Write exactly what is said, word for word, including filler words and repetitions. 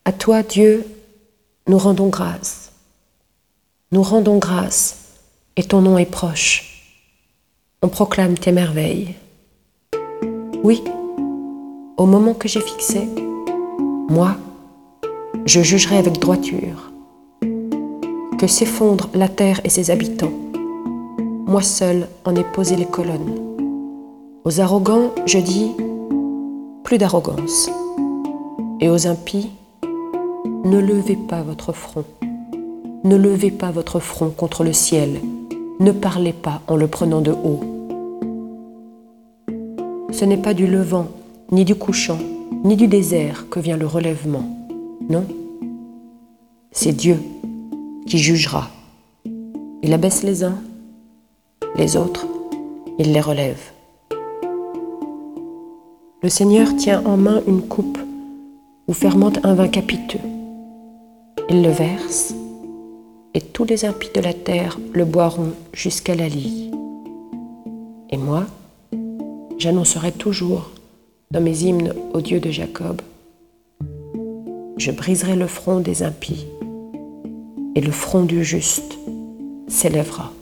À toi, Dieu, nous rendons grâce. Nous rendons grâce et ton nom est proche. On proclame tes merveilles. Oui, au moment que j'ai fixé, moi, je jugerai avec droiture. Que s'effondre la terre et ses habitants. Moi seul en ai posé les colonnes. Aux arrogants, je dis, plus d'arrogance. Et aux impies, ne levez pas votre front. Ne levez pas votre front contre le ciel. Ne parlez pas en le prenant de haut. Ce n'est pas du levant, ni du couchant, ni du désert que vient le relèvement. Non, c'est Dieu qui jugera. Il abaisse les uns, les autres, il les relève. Le Seigneur tient en main une coupe où fermente un vin capiteux. Il le verse, et tous les impies de la terre le boiront jusqu'à la lie. Et moi, j'annoncerai toujours dans mes hymnes au Dieu de Jacob, je briserai le front des impies, et le front du juste s'élèvera.